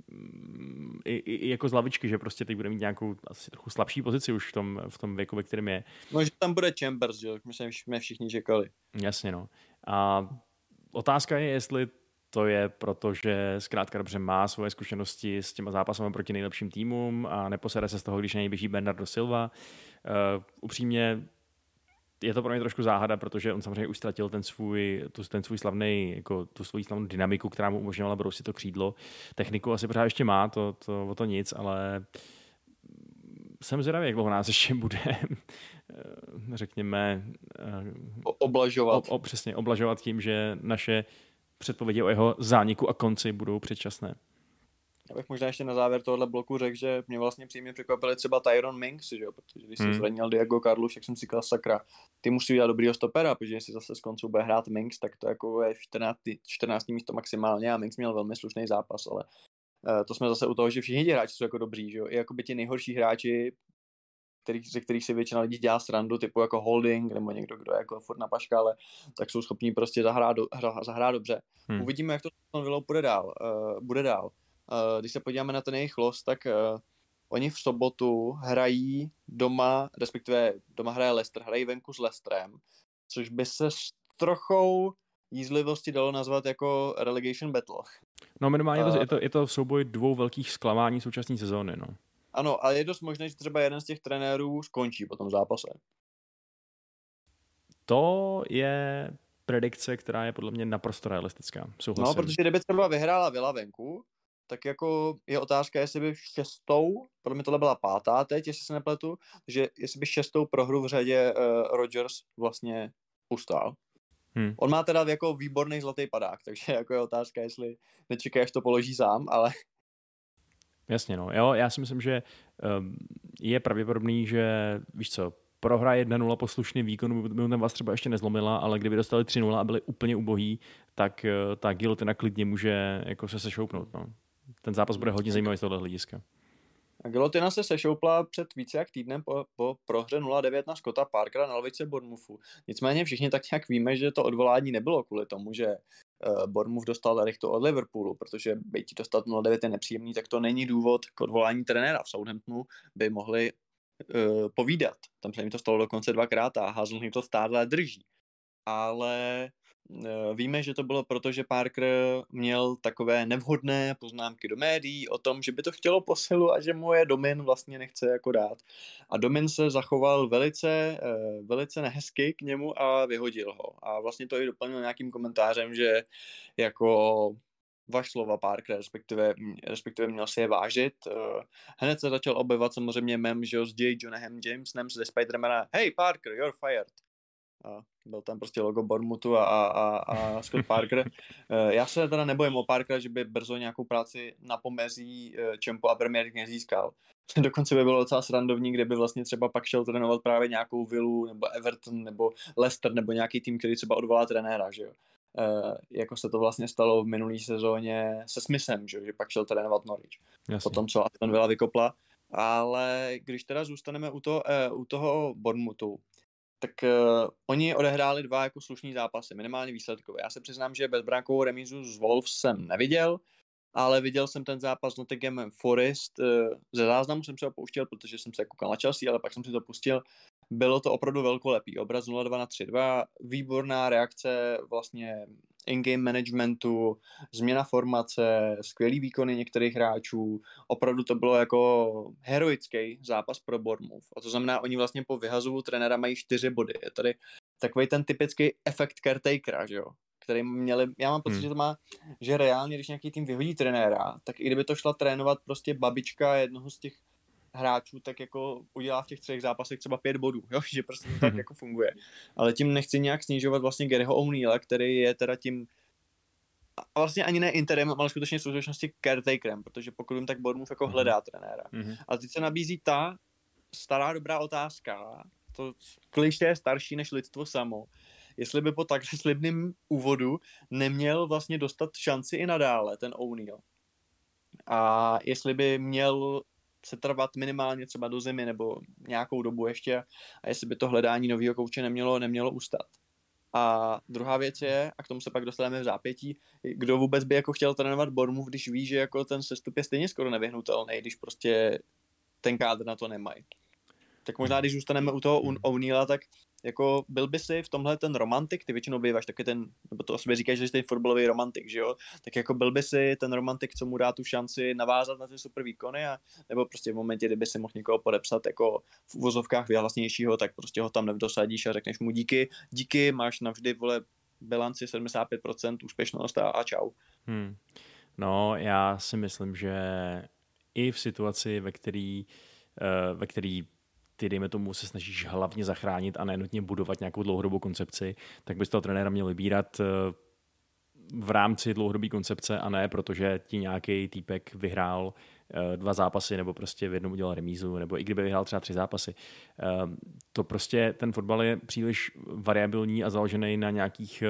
i jako z lavičky, že prostě teď bude mít nějakou asi trochu slabší pozici už v tom věku, ve kterém je. No, že tam bude Chambers, že jsme všichni čekali. Jasně, no. A otázka je, jestli to je proto, že zkrátka dobře má svoje zkušenosti s těma zápasami proti nejlepším týmům a neposede se z toho, když na něj běží Bernardo Silva. Upřímně je to pro mě trošku záhada, protože on samozřejmě už ztratil ten svůj slavný, jako tu svoji slavnou dynamiku, která mu umožňovala brousit to křídlo. Techniku asi pořád ještě má, o to nic, ale jsem zvědavý, jak dlouho nás ještě bude, řekněme, oblažovat. Přesně, oblažovat tím, že naše předpovědi o jeho zániku a konci budou předčasné. Já bych možná ještě na závěr tohohle bloku řekl, že mě vlastně přímě překvapili třeba Tyrone Mings, že jo? Protože když se zranil Diego Carlos, jak jsem si říkal, sakra, ty musí udělat dobrýho stopera, protože jestli zase z koncu bude hrát Mings, tak to jako je 14. místo maximálně a Mings měl velmi slušný zápas, ale to jsme zase u toho, že všichni ti hráči jsou jako dobrý, že jo? I jako by ti nejhorší hráči, ze kterých si většina lidí dělá srandu, typu jako Holding nebo někdo, kdo je jako furt na paškále, tak jsou schopní prostě zahrát dobře. Uvidíme, jak to bude dál. Když se podíváme na ten jejich los, tak oni v sobotu hrají doma, respektive doma hraje Leicester, hrají venku s Leicesterem, což by se s trochou jízlivosti dalo nazvat jako relegation battle. No minimálně je to souboj dvou velkých zklamání současné sezóny, no. Ano, ale je dost možné, že třeba jeden z těch trenérů skončí po tom zápase. To je predikce, která je podle mě naprosto realistická. Souhlasím. No, protože kdyby třeba vyhrála Villa venku, tak jako je otázka, jestli by 6. podle mě tohle byla 5. teď, jestli se nepletu, že jestli by 6. prohru v řadě Rodgers vlastně ustál. On má teda jako výborný zlatý padák, takže jako je otázka, jestli nečeká, až to položí sám, ale... Jasně, no. Jo, já si myslím, že je pravděpodobný, že víš co, prohra 1-0 po slušným výkonu, by ten vás třeba ještě nezlomila, ale kdyby dostali 3-0 a byli úplně ubohý, tak ta gilotina klidně může jako se sešoupnout, no. ten zápas bude hodně zajímavý z tohohle hlediska. A Gilotina se sešoupla před více jak týdnem po prohře 0-9 na Scotta Parkera na lavici Bournemouthu. Nicméně všichni tak nějak víme, že to odvolání nebylo kvůli tomu, že Bournemouth dostal rychtu od Liverpoolu, protože by ti dostat 0-9 je nepříjemný, tak to není důvod k odvolání trenéra. V Southamptonu by mohli povídat. Tam se jim to stalo dokonce 2krát a Hasenhüttl to stále drží. Ale víme, že to bylo proto, že Parker měl takové nevhodné poznámky do médií o tom, že by to chtělo posilu a že mu je Domin vlastně nechce jako dát. A Domin se zachoval velice nehezky k němu a vyhodil ho. A vlastně to i doplnil nějakým komentářem, že jako vaš slova Parker, respektive měl si je vážit. Hned se začal objevovat samozřejmě mem, že s J. Jonahem Jamesonem ze Spidermana Hey Parker, you're fired. A byl tam prostě logo Bournemouthu a Scott Parker. Já se teda nebojím o Parkera, že by brzo nějakou práci na pomezí Čempo a Premier League nezískal. Dokonce by bylo docela srandovní, kde by vlastně třeba pak šel trénovat právě nějakou Villu, nebo Everton, nebo Leicester, nebo nějaký tým, který třeba odvolá trenéra, že jo. Jako se to vlastně stalo v minulý sezóně se Smithem, že pak šel trénovat Norwich. Potom, co Aston Villa vykopla. Ale když teda zůstaneme u toho Bournemouthu, tak oni odehráli 2 jako slušný zápasy, minimálně výsledkové. Já se přiznám, že bezbránkovou remízu z Wolves jsem neviděl, ale viděl jsem ten zápas s Nottinghamem Forest. Ze záznamu jsem se ho pouštěl, protože jsem se koukal na Chelsea, ale pak jsem si to pustil. Bylo to opravdu velkolepý. Obraz 0-2 na 3-2, výborná reakce vlastně in-game managementu, změna formace, skvělý výkony některých hráčů. Opravdu to bylo jako heroický zápas pro Bournemouth. A to znamená, oni vlastně po vyhazu trenéra mají 4 body. Je tady takový ten typický efekt caretakera, že jo? Který měli, já mám pocit, že to má, že reálně, když nějaký tým vyhodí trenéra, tak i kdyby to šla trénovat prostě babička jednoho z těch hráčů, tak jako udělá v těch 3 zápasech třeba 5 bodů, jo? Že prostě to tak jako funguje. Ale tím nechci nějak snižovat vlastně Garyho O'Neilla, který je teda tím a vlastně ani ne interim, ale skutečně v skutečnosti caretakerem, protože pokud jim tak Bournemouth jako hledá trenéra. A teď se nabízí ta stará dobrá otázka, to klišé je starší než lidstvo samo, jestli by po takhle slibným úvodu neměl vlastně dostat šanci i nadále ten O'Neill. A jestli by měl se trvat minimálně třeba do zimy nebo nějakou dobu ještě a jestli by to hledání nového kouče nemělo ustat. A druhá věc je, a k tomu se pak dostaneme v zápětí, kdo vůbec by jako chtěl trénovat Bournemouth, když ví, že jako ten sestup je stejně skoro nevyhnutelný, když prostě ten kádr na to nemají. Tak možná, když zůstaneme u toho O'Neilla, tak jako byl by si v tomhle ten romantik, ty většinou býváš taky ten, nebo to o sobě říkáš, že jsi ten fotbalový romantik, že jo? Tak jako byl by si ten romantik, co mu dá tu šanci navázat na ty super výkony, a nebo prostě v momentě, kdyby si mohl někoho podepsat jako v uvozovkách vyhlasnějšího, tak prostě ho tam nevdosadíš a řekneš mu díky, máš navždy, vole, bilanci 75% úspěšnost a čau. No, já si myslím, že i v situaci, ve který ty, dejme tomu, se snažíš hlavně zachránit a nenutně budovat nějakou dlouhodobou koncepci, tak bys toho trenéra měl vybírat v rámci dlouhodobé koncepce a ne protože ti nějaký týpek vyhrál 2 zápasy nebo prostě v jednom udělal remízu, nebo i kdyby vyhrál třeba 3 zápasy. To prostě ten fotbal je příliš variabilní a založený na nějakých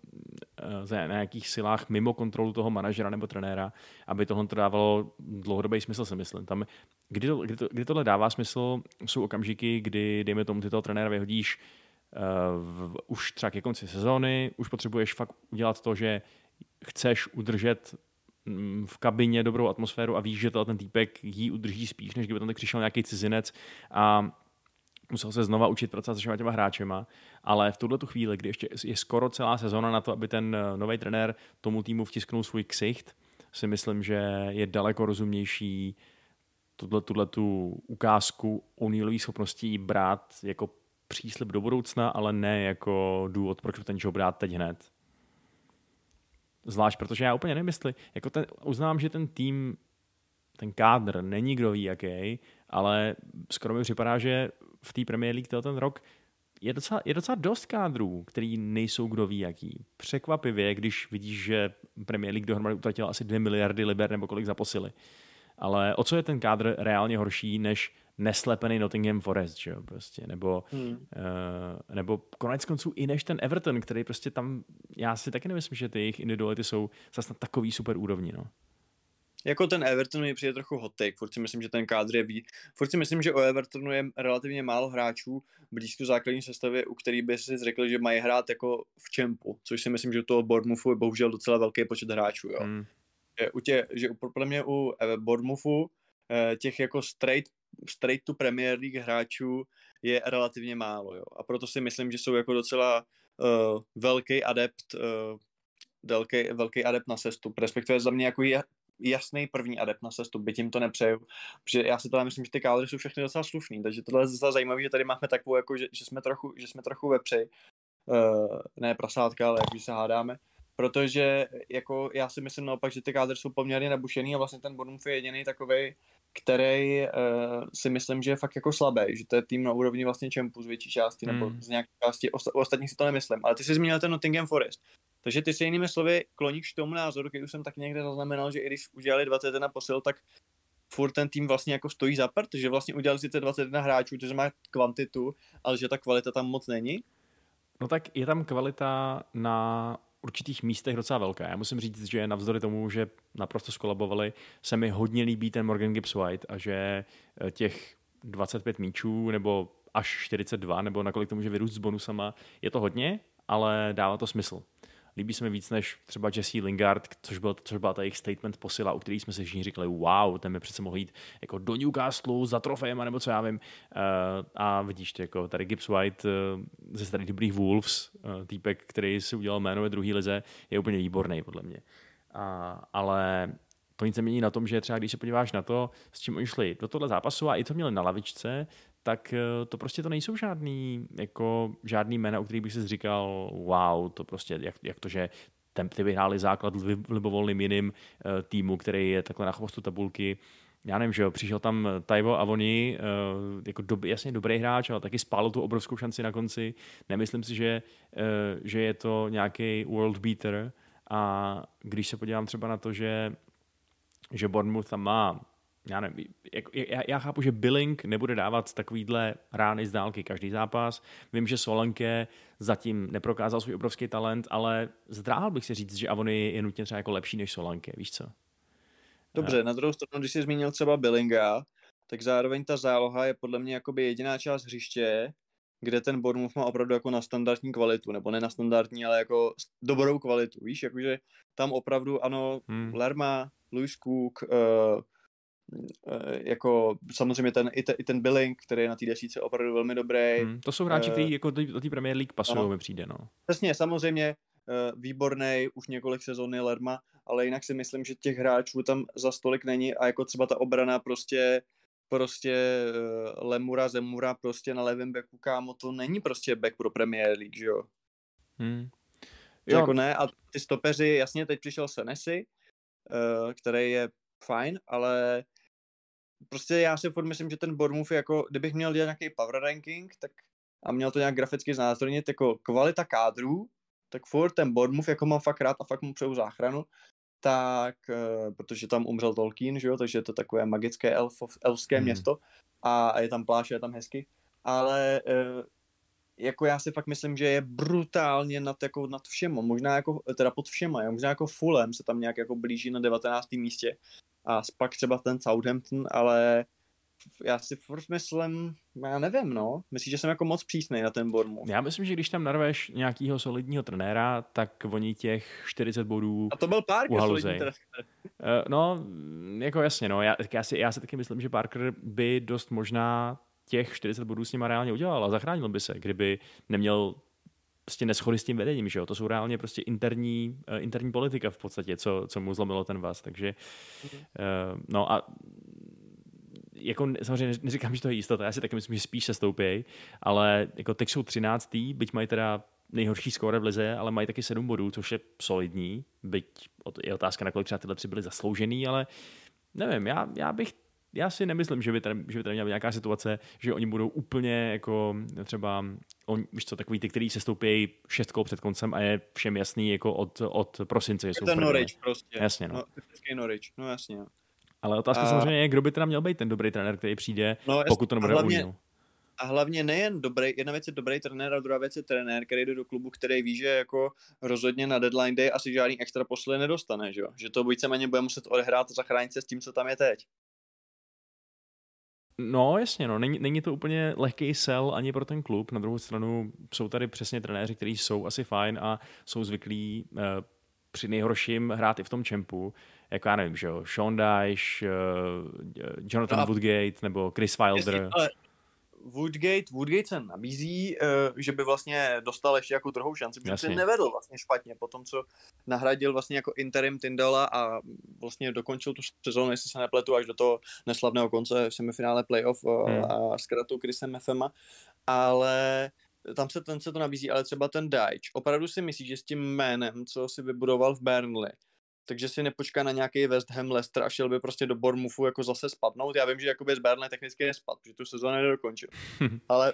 silách mimo kontrolu toho manažera nebo trenéra, aby tohle to dávalo dlouhodobý smysl, si myslím. Tam, kdy tohle dává smysl, jsou okamžiky, kdy, dejme tomu, ty toho trenéra vyhodíš už třeba ke konci sezóny, už potřebuješ fakt udělat to, že chceš udržet v kabině dobrou atmosféru a víš, že ten týpek ji udrží spíš, než kdyby tam tak přišel nějaký cizinec a musel se znova učit pracovat s těma hráčema, ale v tuhletu chvíli, kdy ještě je skoro celá sezóna na to, aby ten nový trenér tomu týmu vtisknul svůj ksicht, si myslím, že je daleko rozumnější tuhletu ukázku O'Neillových schopností brát jako příslib do budoucna, ale ne jako důvod, proč ten job brát teď hned. Zvlášť, protože já úplně nevím, jestli, jako uznám, že ten tým, ten kádr není kdo ví jaký, ale skoro mi připadá, že v té Premier League ten rok je docela dost kádrů, který nejsou kdo ví jaký. Překvapivě, když vidíš, že Premier League dohromady utratila asi 2 miliardy liber nebo kolik za posily. Ale o co je ten kádr reálně horší než neslepený Nottingham Forest, že jo, prostě, nebo konec konců i než ten Everton, který prostě tam, já si taky nemyslím, že ty jejich individuality jsou zase na takový super úrovni, no. Jako ten Everton mi přijde trochu hot take, furt si myslím, že ten kádr je furt si myslím, že o Evertonu je relativně málo hráčů blízko základní sestavě, u kterých by si řekl, že mají hrát jako v čempu, což si myslím, že u toho Bournemouthu je bohužel docela velký počet hráčů, jo. Podle mě u Bournemouthu těch jako straight to Premier League hráčů je relativně málo, jo. A proto si myslím, že jsou jako docela velký adept na sestup, respektive za mě jako jasný první adept na sestup, byť jim to nepřeju, protože já si teda myslím, že ty kádry jsou všechny docela slušný, takže tohle je docela zajímavé, že tady máme takovou, jako, že jsme trochu vepři, ne prasátka, ale jak se hádáme, protože jako já si myslím naopak, že ty kádry jsou poměrně nabušený a vlastně ten Bournemouth je jediný takovej, který si myslím, že je fakt jako slabý, že to je tým na úrovni vlastně čempu z větší části, nebo z nějaké části, ostatních si to nemyslím, ale ty jsi zmínil ten Nottingham Forest. Takže ty se jinými slovy kloníš k tomu názoru, který už jsem taky někde zaznamenal, že i když udělali 21 posil, tak furt ten tým vlastně jako stojí za prd, že vlastně udělali sice 21 hráčů, to má kvantitu, ale že ta kvalita tam moc není. No tak je tam kvalita na určitých místech docela velká. Já musím říct, že navzdory tomu, že naprosto skolabovali, se mi hodně líbí ten Morgan Gibbs White a že těch 25 míčů nebo až 42, nebo nakolik to může vyrůst s bonusama, je to hodně, ale dává to smysl. Líbí se mi víc než třeba Jesse Lingard, což byla ta jejich statement posila, u kterých jsme si všichni říkali, wow, ten by přece mohl jít jako do Newcastle za trofejem, nebo co já vím. A vidíš to, jako tady Gibbs White ze starých dobrých Wolves, týpek, který si udělal jméno ve druhé lize, je úplně výborný podle mě. Ale to nic nemění na tom, že třeba když se podíváš na to, s čím oni šli do tohle zápasu a i to měli na lavičce, tak to prostě to nejsou žádný jména, u kterých bych si říkal, wow, to prostě, jak to, že ty vyhráli základ v libovolným jiným týmu, který je takhle na chvostu tabulky. Já nevím, že jo, přišel tam Taiwo Avoni, jako jasně dobrý hráč, ale taky spálil tu obrovskou šanci na konci. Nemyslím si, že je to nějaký world beater. A když se podívám třeba na to, že Bournemouth tam má, já nevím, já chápu, že Billing nebude dávat takovýhle rány z dálky každý zápas. Vím, že Solanke zatím neprokázal svůj obrovský talent, ale zdráhal bych si říct, že Avoni je nutně třeba jako lepší než Solanke, víš co? Dobře, na druhou stranu, když jsi zmínil třeba Billinga, tak zároveň ta záloha je podle mě jakoby jediná část hřiště, kde ten Bournemouth má opravdu jako na standardní kvalitu, nebo ne na standardní, ale jako dobrou kvalitu, víš, jakože tam opravdu ano, Lerma, Lewis Cook, jako samozřejmě ten Billing, který je na té desíce opravdu velmi dobrý. To jsou hráči, kteří jako do té Premier League pasují, mi přijde, no. Přesně, samozřejmě výborný, už několik sezóny Lerma, ale jinak si myslím, že těch hráčů tam za stolik není a jako třeba ta obrana prostě Lemura, Zemura prostě na levém backu, kámo, to není prostě back pro Premier League, že jo? Jako ne, a ty stopeři, jasně, teď přišel Senesi, který je fajn, ale prostě já si furt myslím, že ten Bournemouth jako, kdybych měl dělat nějaký power ranking, tak a měl to nějak graficky znázornit, jako kvalita kádrů, tak furt ten Bournemouth jako mám fakt rád a fakt mu přeju záchranu, tak, protože tam umřel Tolkien, že jo, takže je to takové magické elfské město a je tam pláž, je tam hezky, ale jako já si fakt myslím, že je brutálně nad všema, možná jako, teda pod všema, možná jako Fulham se tam nějak jako blíží na 19. místě a pak třeba ten Southampton, ale já si furt myslím, já nevím, no. Myslíš, že jsem jako moc přísnej na ten Bournemouth? Já myslím, že když tam narveš nějakýho solidního trenéra, tak oni těch 40 bodů a to byl Parker solidní trenér. No, jako jasně, no. Já si taky myslím, že Parker by dost možná těch 40 bodů s nima reálně udělal a zachránil by se, kdyby neměl prostě neschody s tím vedením, že jo? To jsou reálně prostě interní politika v podstatě, co mu zlomilo ten vaz, takže no a jako samozřejmě neříkám, že to je jistota, já si taky myslím, že spíš se stoupějí, ale jako teď jsou 13. byť mají teda nejhorší skóre v lize, ale mají taky 7 bodů, což je solidní, byť je otázka, nakolik třeba tyhle 3 byly zasloužený, ale nevím, já si nemyslím, že by tady měla být nějaká situace, že oni budou úplně jako třeba, víš co, takový ty, kteří se stoupějí 6 kol před koncem a je všem jasný jako od prosince, že jsou ten Norwich prostě. Jasně, no. Norwich, no jasně. Ale otázka samozřejmě je, kdo by teda měl být ten dobrý trenér, který přijde, pokud to nebude Mourinho. A hlavně nejen dobrý, jedna věc je dobrý trenér a druhá věc je trenér, který jde do klubu, který ví, že jako rozhodně na deadline day asi žádný extra posily nedostane, že jo? Že to víceméně bude muset odehrát a zachránit se s tím, co tam je teď. No jasně, no. Není to úplně lehký sell ani pro ten klub. Na druhou stranu jsou tady přesně trenéři, kteří jsou asi fajn a jsou zvyklí při nejhorším hrát i v tom čempu. Jako já nevím, že jo, Sean Dyche, Jonathan Woodgate nebo Chris Wilder. Jasně, ale Woodgate se nabízí, že by vlastně dostal ještě jako druhou šanci, protože se nevedl vlastně špatně po tom, co nahradil vlastně jako interim Tyndala a vlastně dokončil tu sezónu, jestli se nepletu, až do toho neslavného konce v semifinále playoff a s kratou Chrisem Meffema, ale tam se to nabízí, ale třeba ten Dyche. Opravdu si myslí, že s tím jménem, co si vybudoval v Burnley, takže si nepočká na nějaký West Ham, Leicester a šel by prostě do Bournemouthu jako zase spadnout. Já vím, že jakoby z Burnley technicky nespad, protože tu sezónu nedokončil. Ale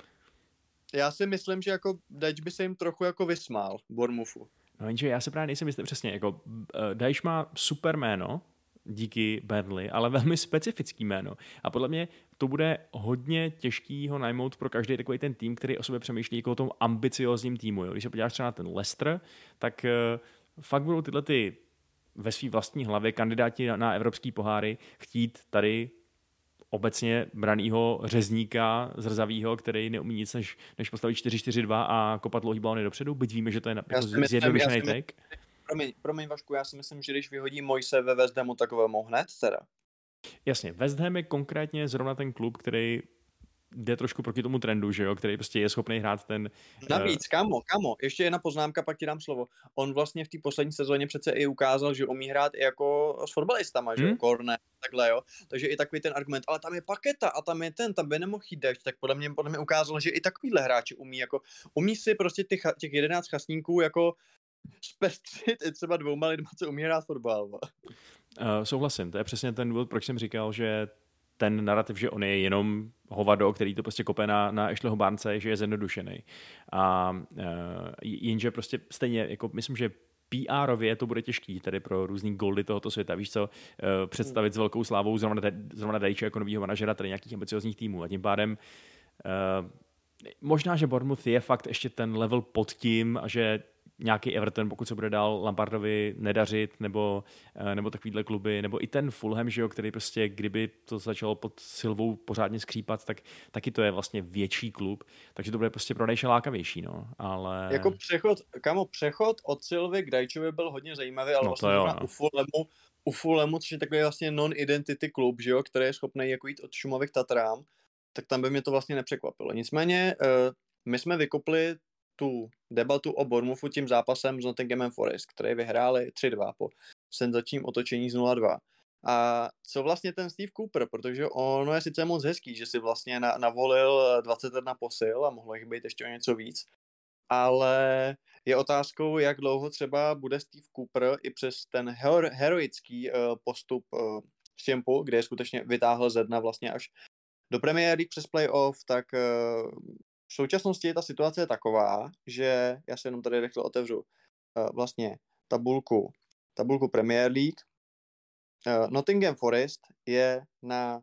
já si myslím, že jako Dyche by se jim trochu jako vysmál Bournemouthu. No jenže já se právě nejsem jistý přesně, jako Dyche má super jméno, díky Burnley, ale velmi specifický jméno. A podle mě to bude hodně těžký ho najmout pro každý takový ten tým, který o sobě přemýšlí jako o tom ambiciozním týmu. Jo. Když se podíváš třeba na ten Leicester, tak fakt budou tyhle ty ve své vlastní hlavě kandidáti na evropský poháry chtít tady obecně branýho řezníka zrzavýho, který neumí nic, než postavit 4-4-2 a kopat dlouhý balony dopředu, byť víme, že to je jako zjednodušený take. Promiň Vašku, já si myslím, že když vyhodí Moise ve West Hamu, tak ho hned teda. Jasně, West Ham je konkrétně zrovna ten klub, který jde trošku proti tomu trendu, že jo, který prostě je schopný hrát ten... Navíc, kamo, ještě jedna poznámka, pak ti dám slovo. On vlastně v té poslední sezóně přece i ukázal, že umí hrát i jako s fotbalistama, že jo, corner, takhle jo. Takže i takový ten argument, ale tam je Paketa a tam je tam by nemohl jít Dyche, tak podle mě ukázal, že i takovýhle hráči umí si prostě těch 11 chasníků jako zpestřit i třeba 2 lidma, co umí hrát fotbal. Souhlasím, to je přesně ten důvod, proč jsem říkal, že ten narrativ, že on je jenom hovado, který to prostě kope na Ashleyho Barnese, že je zjednodušený. A jenže prostě stejně, jako myslím, že PR-ově to bude těžký tady pro různý goldy tohoto světa, víš co, představit s velkou slávou zrovna Dyche jako novýho manažera tady nějakých ambiciozních týmů a tím pádem možná, že Bournemouth je fakt ještě ten level pod tím a že nějaký Everton, pokud se bude dál Lampardovi nedařit, nebo takovýhle kluby, nebo i ten Fulham, že jo, který prostě, kdyby to začalo pod Silvou pořádně skřípat, tak taky to je vlastně větší klub, takže to bude prostě pro Dyche lákavější, no, ale... Jako přechod od Silvy k Dychovi byl hodně zajímavý, ale vlastně u Fulhamu, což je takový vlastně non-identity klub, že jo, který je schopný jako jít od Šumavy k Tatrám, tak tam by mě to vlastně nepřekvapilo. Nicméně my jsme vykopli tu debatu o Bournemouthu tím zápasem s Nottinghamem Forest, který vyhráli 3-2 po senzačním otočení z 0-2. A co vlastně ten Steve Cooper, protože ono je sice moc hezký, že si vlastně navolil 21 posil a mohlo jich být ještě o něco víc, ale je otázkou, jak dlouho třeba bude Steve Cooper i přes ten heroický postup z Čempu, kde je skutečně vytáhl ze dna vlastně až do Premier League přes playoff, tak v současnosti ta situace je taková, že já se jenom tady rychle otevřu vlastně tabulku Premier League. Nottingham Forest je na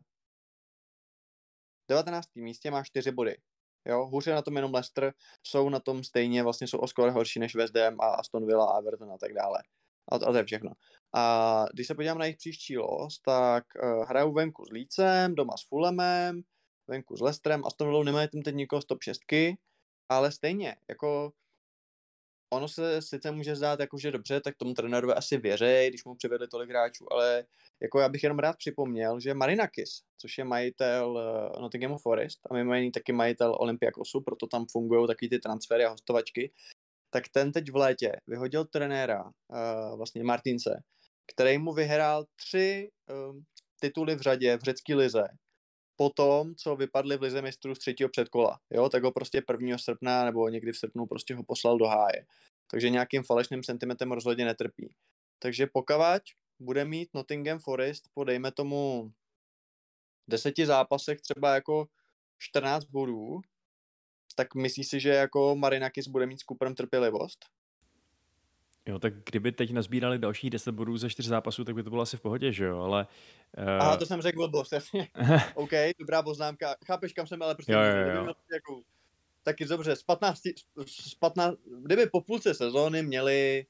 19. místě, má 4 body. Jo, hůř je na tom jenom Leicester, jsou na tom stejně, vlastně jsou o skoro horší než West Ham a Aston Villa a Everton a tak dále. A to je všechno. A když se podívám na jejich příští los, tak hrajou venku s Leedsem, doma s Fulhamem, venku s Leicesterem, Aston Villou nemají tam teď nikoho z top 6, ale stejně, jako ono se sice může zdát, jako, že dobře, tak tomu trenérovi asi věří, když mu přivedli tolik hráčů, ale jako já bych jenom rád připomněl, že Marinakis, což je majitel Nottinghamu Forest a mimo jiný taky majitel Olympiakosu, proto tam fungují taky ty transfery a hostovačky, tak ten teď v létě vyhodil trenéra, vlastně Martinse, který mu vyhrál 3 tituly v řadě v řecké lize. Potom, co vypadli v lize mistrů z 3. předkola, jo, tak ho prostě 1. srpna nebo někdy v srpnu prostě ho poslal do háje. Takže nějakým falešným sentimentem rozhodně netrpí. Takže pokud bude mít Nottingham Forest po dejme tomu 10 zápasech třeba jako 14 bodů, tak myslíš si, že jako Marinakis bude mít s Cooperem trpělivost? Jo, tak kdyby teď nazbírali dalších 10 bodů ze 4 zápasů, tak by to bylo asi v pohodě, že jo, ale... Aha, to jsem řekl blbost, jasně. OK, dobrá poznámka. Chápeš, kam jsem ale prostě... Jo. Kdyby měl jako, taky dobře, z 15, kdyby po půlce sezóny měli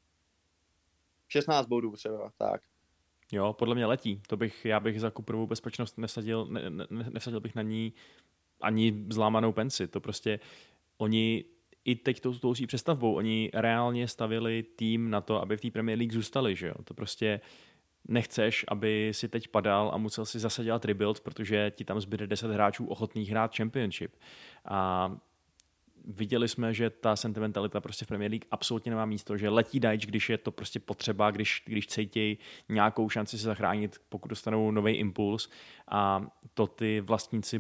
16 bodů třeba, tak. Jo, podle mě letí. Já bych za Cooperovou bezpečnost nesadil bych na ní ani zlámanou pensi. To prostě oni i teď tou svý přestavbou, oni reálně stavili tým na to, aby v té Premier League zůstali, že jo. To prostě nechceš, aby si teď padal a musel si zase dělat rebuild, protože ti tam zbyde 10 hráčů ochotných hrát Championship. A viděli jsme, že ta sentimentalita prostě v Premier League absolutně nemá místo, že letí Dyche, když je to prostě potřeba, když cítějí nějakou šanci se zachránit, pokud dostanou nový impuls, a to ty vlastníci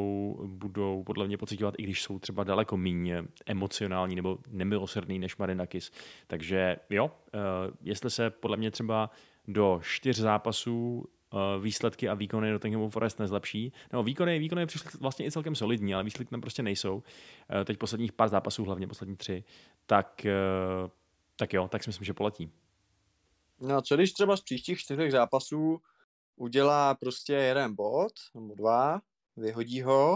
budou podle mě pociťovat, i když jsou třeba daleko méně emocionální nebo nemilosrdný než Marinakis. Takže jo, jestli se podle mě třeba do 4 zápasů výsledky a výkony Nottinghamu Forest nezlepší. No, výkony přišly vlastně i celkem solidní, ale výsledky tam prostě nejsou. Teď posledních pár zápasů, hlavně poslední 3, tak jo, tak si myslím, že poletí. No a co když třeba z příštích 4 zápasů udělá prostě 1 bod, nebo 2, vyhodí ho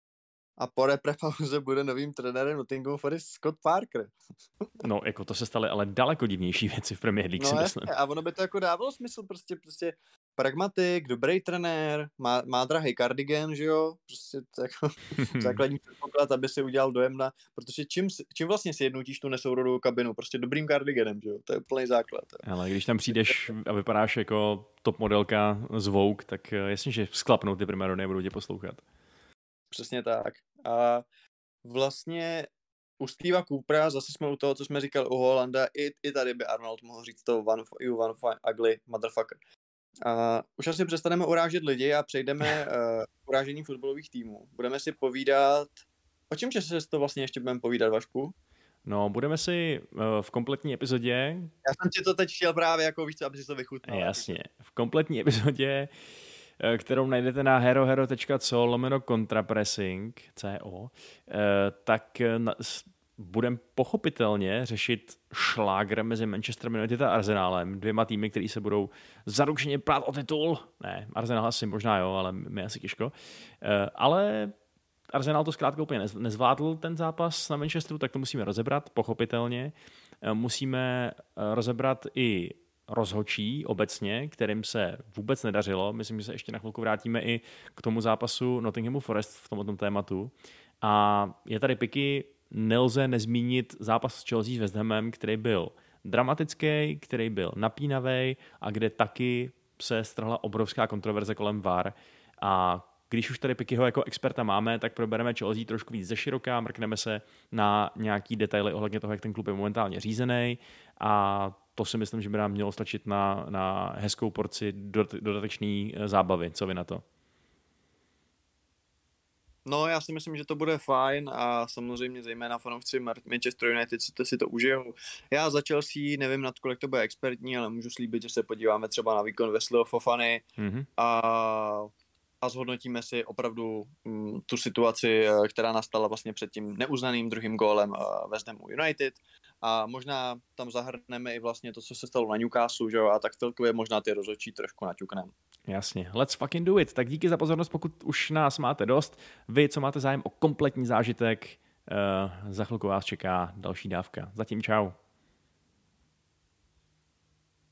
a po reprepauze bude novým trenérem Nottinghamu Forest Scott Parker. No, jako to se staly ale daleko divnější věci v Premier League, si myslím. Jasně, a ono by to jako dávalo smysl, prostě pragmatik, dobrý trenér, má drahý cardigan, že jo, prostě to jako základní předpoklad, aby si udělal dojem na, protože čím vlastně si jednotíš tu nesourodou kabinu, prostě dobrým cardiganem, že jo, to je úplný základ. Ale když tam přijdeš a vypadáš jako top modelka z Vogue, tak jasně, že sklapnou ty primárony a budou tě poslouchat. Přesně tak. A vlastně u Steva Coopera, zase jsme u toho, co jsme říkali u Holanda, i tady by Arnold mohl říct to one ugly motherfucker. Už asi přestaneme urážet lidi a přejdeme k urážení fotbalových týmů. Budeme si povídat... O čem se to vlastně ještě budeme povídat, Vašku? No, budeme si v kompletní epizodě... Já jsem ti to teď chtěl právě jako víc, aby si to vychutnal. Jasně. V kompletní epizodě, kterou najdete na herohero.co/contrapressing, tak budeme pochopitelně řešit šlágr mezi Manchesterem United a Arsenálem, 2 týmy, který se budou zaručeně prát o titul. Ne, Arsenal asi možná jo, ale my asi těžko. Ale Arsenal to zkrátka úplně nezvládl ten zápas na Manchesteru, tak to musíme rozebrat, pochopitelně. Musíme rozebrat i rozhodčí obecně, kterým se vůbec nedařilo. Myslím, že se ještě na chvilku vrátíme i k tomu zápasu Nottinghamu Forest v tomto tématu. A je tady piky, nelze nezmínit zápas s Chelsea s West Hamem, který byl dramatický, který byl napínavý a kde taky se strhla obrovská kontroverze kolem VAR. A když už tady Pikyho jako experta máme, tak probereme Chelsea trošku víc ze široka, mrkneme se na nějaký detaily ohledně toho, jak ten klub je momentálně řízený, a to si myslím, že by nám mělo stačit na hezkou porci dodatečné zábavy. Co vy na to? No, já si myslím, že to bude fajn a samozřejmě zejména fanoušci Manchester United si to užijou. Já za Chelsea nevím, nad kolik to bude expertní, ale můžu slíbit, že se podíváme třeba na výkon Wesleyho Fofany a zhodnotíme si opravdu tu situaci, která nastala vlastně před tím neuznaným druhým gólem West Hamu United, a možná tam zahrneme i vlastně to, co se stalo na Newcastle, že jo, a tak celkově možná ty rozhodčí trošku naťukneme. Jasně, let's fucking do it. Tak díky za pozornost, pokud už nás máte dost. Vy, co máte zájem o kompletní zážitek, za chvilku vás čeká další dávka. Zatím čau.